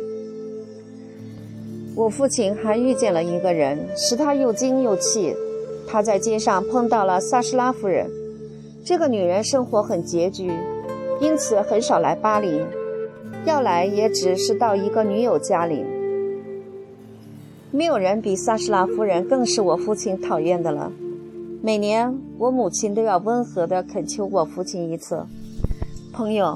[SPEAKER 1] 我父亲还遇见了一个人，使他又惊又气。他在街上碰到了萨什拉夫人，这个女人生活很拮据，因此很少来巴黎，要来也只是到一个女友家里。没有人比萨什拉夫人更是我父亲讨厌的了。每年我母亲都要温和地恳求我父亲一次，朋友，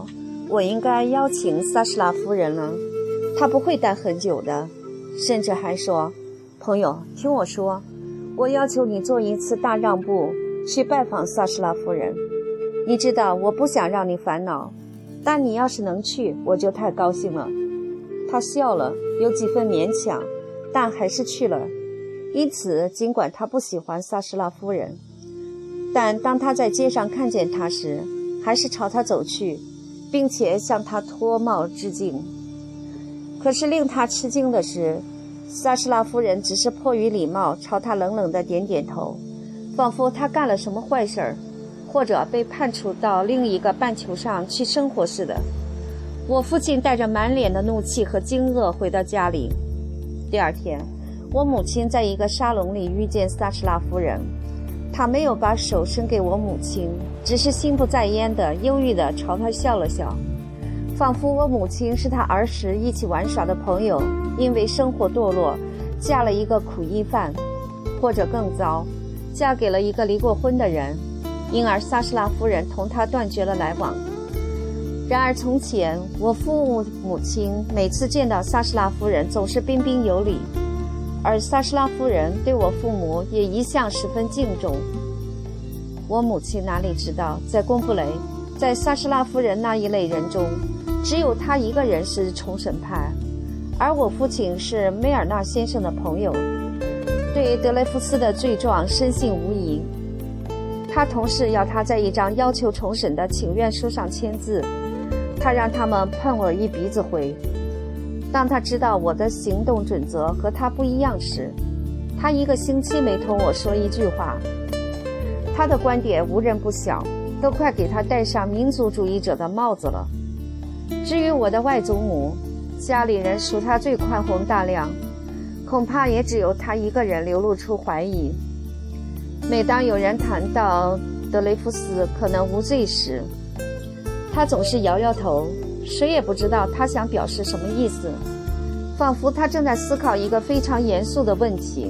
[SPEAKER 1] 我应该邀请萨什拉夫人了，她不会待很久的。甚至还说，朋友，听我说，我要求你做一次大让步，去拜访萨什拉夫人。你知道我不想让你烦恼，但你要是能去，我就太高兴了。他笑了，有几分勉强，但还是去了。因此尽管他不喜欢萨什拉夫人，但当他在街上看见他时，还是朝他走去，并且向他脱帽致敬。可是令他吃惊的是，萨什拉夫人只是迫于礼貌朝他冷冷地点点头，仿佛他干了什么坏事儿，或者被判处到另一个半球上去生活似的。我父亲带着满脸的怒气和惊愕回到家里。第二天，我母亲在一个沙龙里遇见萨什拉夫人，她没有把手伸给我母亲，只是心不在焉地忧郁地朝她笑了笑，仿佛我母亲是她儿时一起玩耍的朋友，因为生活堕落，嫁了一个苦役犯，或者更糟，嫁给了一个离过婚的人，因而萨什拉夫人同她断绝了来往。然而从前，我父母亲每次见到萨什拉夫人总是彬彬有礼，而萨什拉夫人对我父母也一向十分敬重。我母亲哪里知道，在贡布雷，在萨什拉夫人那一类人中，只有他一个人是重审派，而我父亲是梅尔纳先生的朋友，对德雷福斯的罪状深信无疑。他同事要他在一张要求重审的请愿书上签字，他让他们喷我一鼻子灰。当他知道我的行动准则和他不一样时，他1个星期没同我说一句话。他的观点无人不晓，都快给他戴上民族主义者的帽子了。至于我的外祖母，家里人属他最宽宏大量，恐怕也只有他一个人流露出怀疑。每当有人谈到德雷福斯可能无罪时，他总是摇摇头，谁也不知道他想表示什么意思，仿佛他正在思考一个非常严肃的问题。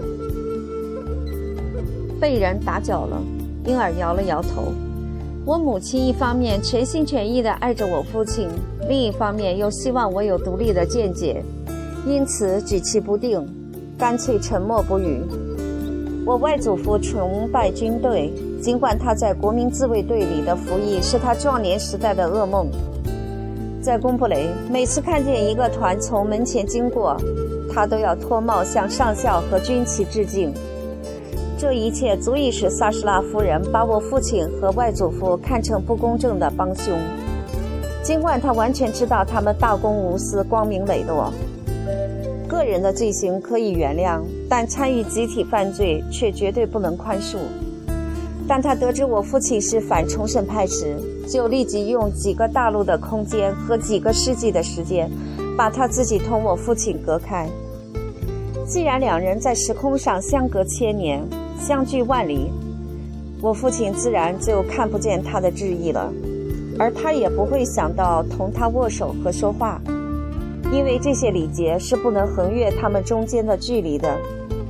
[SPEAKER 1] 被人打搅了，因而摇了摇头。我母亲一方面全心全意地爱着我父亲，另一方面又希望我有独立的见解，因此举棋不定，干脆沉默不语。我外祖父崇拜军队，尽管他在国民自卫队里的服役是他壮年时代的噩梦。在贡布雷，每次看见一个团从门前经过，他都要脱帽向上校和军旗致敬。这一切足以使萨什拉夫人把我父亲和外祖父看成不公正的帮凶，尽管他完全知道他们大公无私、光明磊落。个人的罪行可以原谅，但参与集体犯罪却绝对不能宽恕。当他得知我父亲是反重审派时，就立即用几个大陆的空间和几个世纪的时间，把他自己同我父亲隔开。既然两人在时空上相隔千年，相距万里，我父亲自然就看不见他的致意了，而他也不会想到同他握手和说话，因为这些礼节是不能横越他们中间的距离的。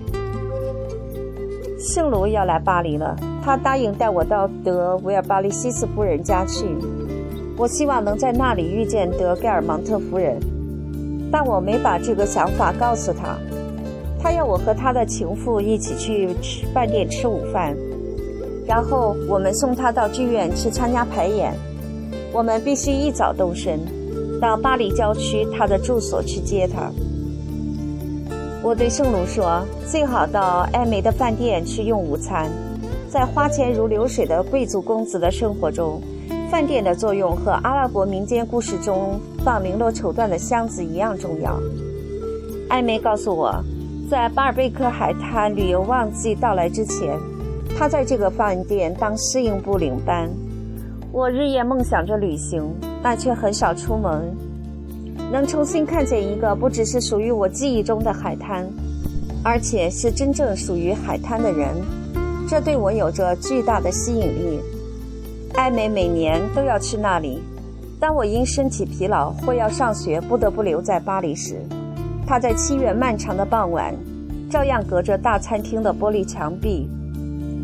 [SPEAKER 1] 圣卢要来巴黎了，他答应带我到德维尔巴利西斯夫人家去，我希望能在那里遇见德盖尔芒特夫人，但我没把这个想法告诉他。他要我和他的情妇一起去饭店吃午饭，然后我们送他到剧院去参加排演。我们必须一早动身，到巴黎郊区他的住所去接他。我对圣卢说，最好到艾梅的饭店去用午餐。在花钱如流水的贵族公子的生活中，饭店的作用和阿拉伯民间故事中放绫罗绸缎的箱子一样重要。艾梅告诉我，在巴尔贝克海滩旅游旺季到来之前，他在这个饭店当适应部领班。我日夜梦想着旅行，但却很少出门。能重新看见一个不只是属于我记忆中的海滩，而且是真正属于海滩的人，这对我有着巨大的吸引力。艾美每年都要去那里。当我因身体疲劳或要上学不得不留在巴黎时，他在7月漫长的傍晚，照样隔着大餐厅的玻璃墙壁，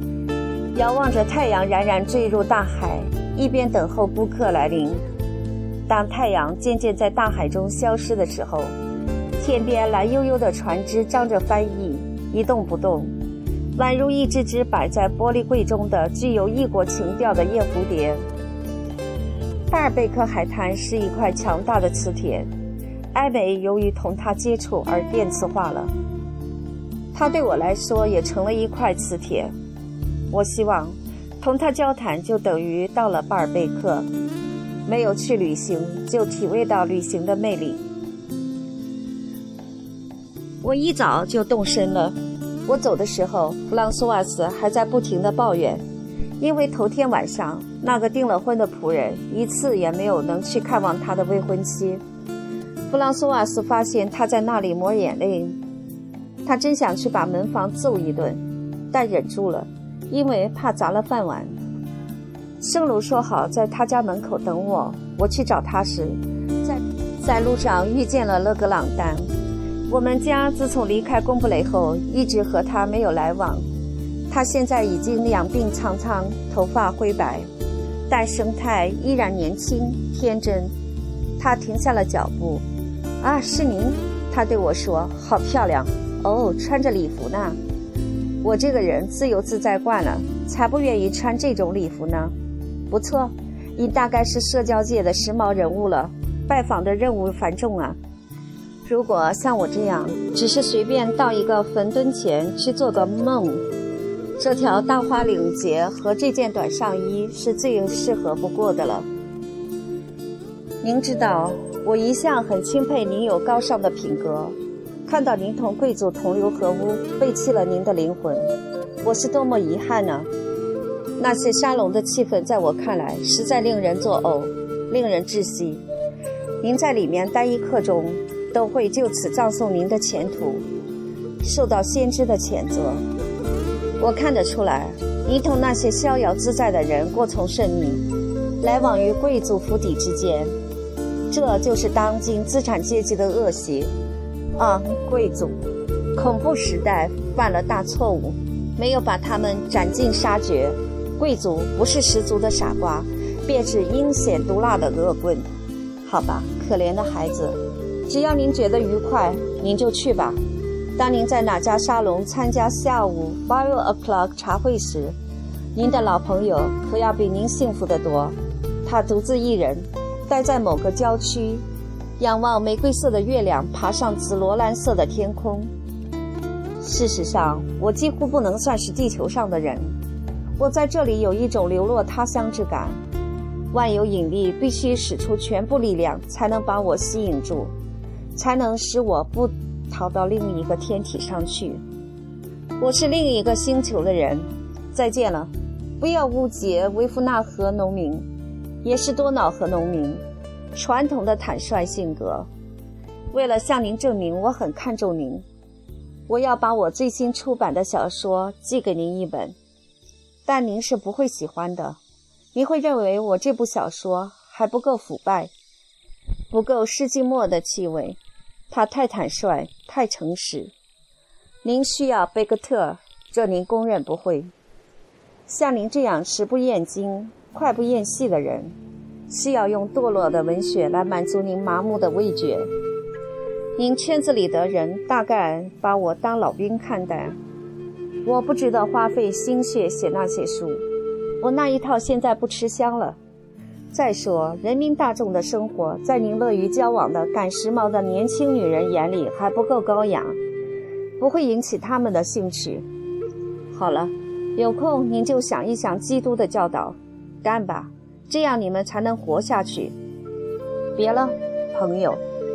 [SPEAKER 1] 遥望着太阳冉冉坠入大海，一边等候顾客来临。 当太阳渐渐在大海中消失的时候，天边蓝悠悠的船只张着帆翼，一动不动，宛如一只只摆在玻璃柜中的具有异国情调的夜蝴蝶。巴尔贝克海滩是一块强大的磁铁，艾美由于同它接触而电磁化了，它对我来说也成了一块磁铁。我希望同他交谈就等于到了巴尔贝克，没有去旅行就体味到旅行的魅力。我一早就动身了。我走的时候，弗朗索瓦斯还在不停地抱怨，因为头天晚上那个订了婚的仆人一次也没有能去看望他的未婚妻。弗朗索瓦斯发现他在那里抹眼泪，他真想去把门房揍一顿，但忍住了，因为怕砸了饭碗。圣卢说好在他家门口等我，我去找他时，在路上遇见了勒格朗丹。我们家自从离开贡布雷后，一直和他没有来往。他现在已经两鬓苍苍，头发灰白，但神态依然年轻天真。他停下了脚步。啊，是您？他对我说，好漂亮哦，穿着礼服呢。我这个人自由自在惯了，才不愿意穿这种礼服呢。不错，你大概是社交界的时髦人物了，拜访的任务繁重啊。如果像我这样只是随便到一个坟墩前去做个梦，这条大花领结和这件短上衣是最适合不过的了。您知道，我一向很钦佩您有高尚的品格，看到您同贵族同流合污，背弃了您的灵魂，我是多么遗憾呢。那些沙龙的气氛在我看来实在令人作呕，令人窒息。您在里面待一刻钟都会就此葬送您的前途，受到先知的谴责。我看得出来，您同那些逍遥自在的人过从甚密，来往于贵族府邸之间，这就是当今资产阶级的恶习。贵族，恐怖时代犯了大错误，没有把他们斩尽杀绝。贵族不是十足的傻瓜，便是阴险毒辣的恶棍。好吧，可怜的孩子，只要您觉得愉快，您就去吧。当您在哪家沙龙参加下午 5 o'clock 茶会时，您的老朋友可要比您幸福得多。他独自一人待在某个郊区，仰望玫瑰色的月亮爬上紫罗兰色的天空。事实上，我几乎不能算是地球上的人，我在这里有一种流落他乡之感。万有引力必须使出全部力量才能把我吸引住，才能使我不逃到另一个天体上去。我是另一个星球的人。再见了，不要误解维夫纳河农民，也是多瑙河农民传统的坦率性格。为了向您证明我很看重您，我要把我最新出版的小说寄给您一本，但您是不会喜欢的。您会认为我这部小说还不够腐败，不够世纪末的气味，它太坦率，太诚实。您需要贝克特，这您公认不会。像您这样食不厌精、快不厌细的人，需要用堕落的文学来满足您麻木的味觉。您圈子里的人大概把我当老兵看待，我不值得花费心血写那些书，我那一套现在不吃香了。再说，人民大众的生活在您乐于交往的赶时髦的年轻女人眼里还不够高雅，不会引起他们的兴趣。好了，有空您就想一想基督的教导，干吧，这样你们才能活下去。别了，朋友。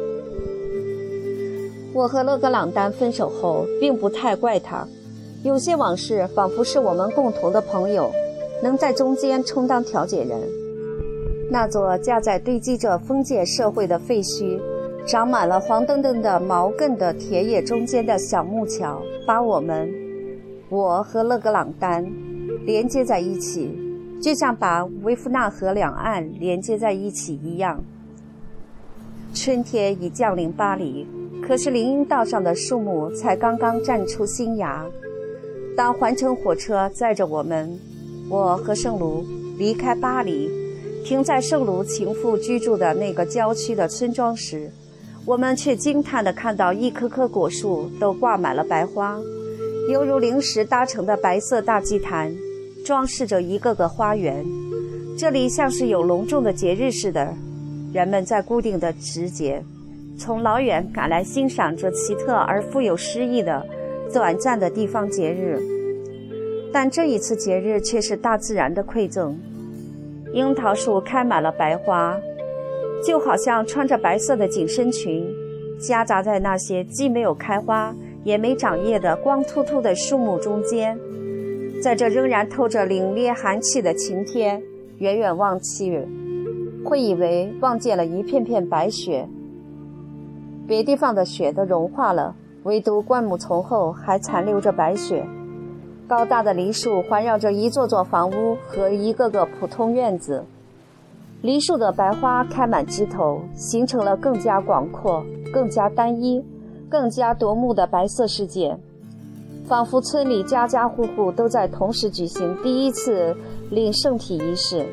[SPEAKER 1] 我和勒格朗丹分手后并不太怪他，有些往事仿佛是我们共同的朋友，能在中间充当调解人。那座架在堆积着封建社会的废墟、长满了黄澄澄的毛茛的田野中间的小木桥，把我和勒格朗丹连接在一起，就像把维夫纳河两岸连接在一起一样。春天已降临巴黎，可是林荫道上的树木才刚刚绽出新芽。当环城火车载着我和圣卢离开巴黎， 停在圣卢情妇居住的那个郊区的村庄时，我们却惊叹地看到一棵棵果树都挂满了白花，犹如临时搭成的白色大祭坛，装饰着一个个花园。这里像是有隆重的节日似的，人们在固定的时节从老远赶来欣赏这奇特而富有诗意的短暂的地方节日。但这一次节日却是大自然的馈赠，樱桃树开满了白花，就好像穿着白色的紧身裙，夹杂在那些既没有开花也没长叶的光秃秃的树木中间。在这仍然透着凛冽寒气的晴天，远远望去会以为望见了一片片白雪，别地方的雪都融化了，唯独灌木丛后还残留着白雪。高大的梨树环绕着一座座房屋和一个个普通院子，梨树的白花开满枝头，形成了更加广阔、更加单一、更加夺目的白色世界，仿佛村里家家户户都在同时举行第一次领圣体仪式。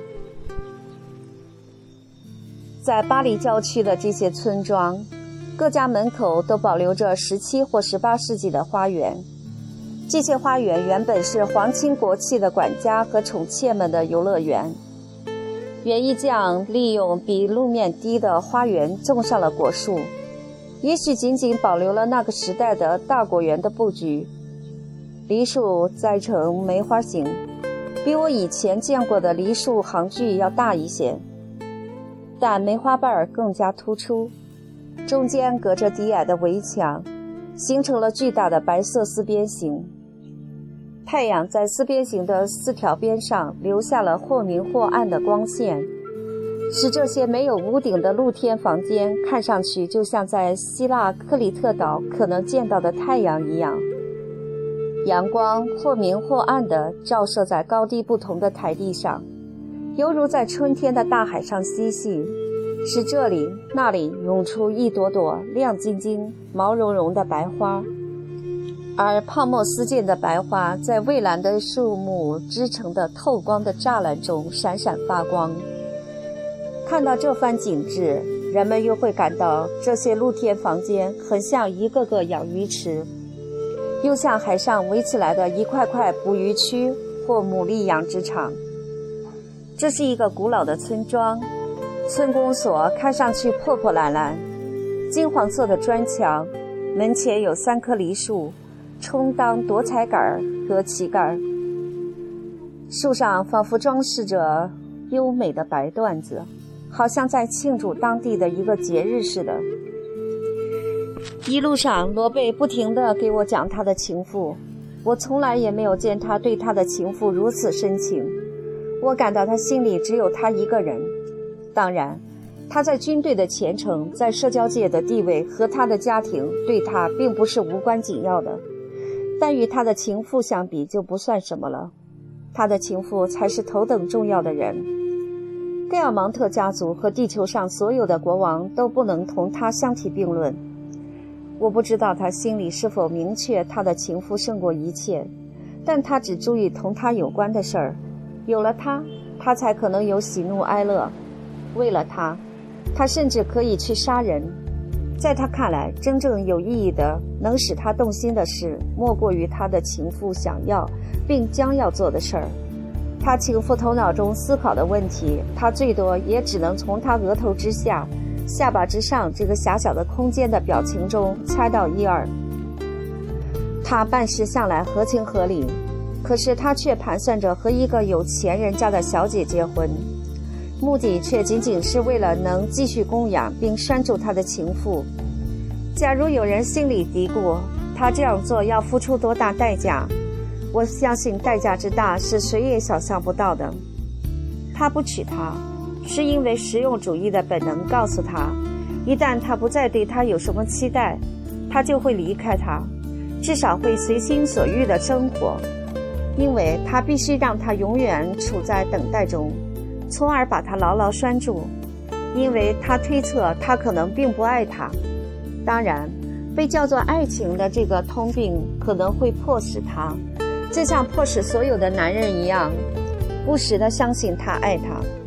[SPEAKER 1] 在巴黎郊区的这些村庄，各家门口都保留着17或18世纪的花园。这些花园原本是皇亲国戚的管家和宠妾们的游乐园。园艺匠利用比路面低的花园种上了果树，也许仅仅保留了那个时代的大果园的布局。梨树栽成梅花形，比我以前见过的梨树行距要大一些，但梅花瓣更加突出，中间隔着低矮的围墙，形成了巨大的白色四边形。太阳在四边形的4条边上留下了或明或暗的光线，使这些没有屋顶的露天房间看上去就像在希腊克里特岛可能见到的太阳一样。阳光或明或暗地照射在高低不同的台地上，犹如在春天的大海上嬉戏，使这里那里涌出一朵朵亮晶晶、毛茸茸的白花。而泡沫丝溅的白花在蔚蓝的树木织成的透光的栅栏中闪闪发光。看到这番景致，人们又会感到这些露天房间很像一个个养鱼池，又像海上围起来的一块块捕鱼区或牡蛎养殖场。这是一个古老的村庄，村公所看上去破破烂烂，金黄色的砖墙，门前有3棵梨树充当夺彩杆和旗杆，树上仿佛装饰着优美的白缎子，好像在庆祝当地的一个节日似的。一路上，罗贝不停地给我讲他的情妇，我从来也没有见他对他的情妇如此深情。我感到他心里只有他一个人。当然，他在军队的前程，在社交界的地位和他的家庭对他并不是无关紧要的，但与他的情妇相比就不算什么了。他的情妇才是头等重要的人。盖尔芒特家族和地球上所有的国王都不能同他相提并论。我不知道他心里是否明确他的情妇胜过一切，但他只注意同他有关的事儿。有了他，他才可能有喜怒哀乐。为了他，他甚至可以去杀人。在他看来，真正有意义的能使他动心的事，莫过于他的情妇想要并将要做的事儿。他情妇头脑中思考的问题，他最多也只能从他额头之下、下巴之上这个狭小的空间的表情中猜到1、2。他办事向来合情合理，可是他却盘算着和一个有钱人家的小姐结婚，目的却仅仅是为了能继续供养并拴住他的情妇。假如有人心里嘀咕他这样做要付出多大代价，我相信代价之大是谁也想象不到的。他不娶她，是因为实用主义的本能告诉他，一旦他不再对她有什么期待，他就会离开她，至少会随心所欲的生活，因为他必须让她永远处在等待中，从而把她牢牢拴住，因为他推测她可能并不爱他。当然，被叫做爱情的这个通病可能会迫使他，就像迫使所有的男人一样，不时地相信他爱他。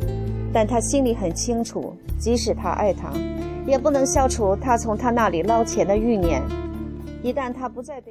[SPEAKER 1] 但他心里很清楚，即使他爱他，也不能消除他从他那里捞钱的欲念。一旦他不再对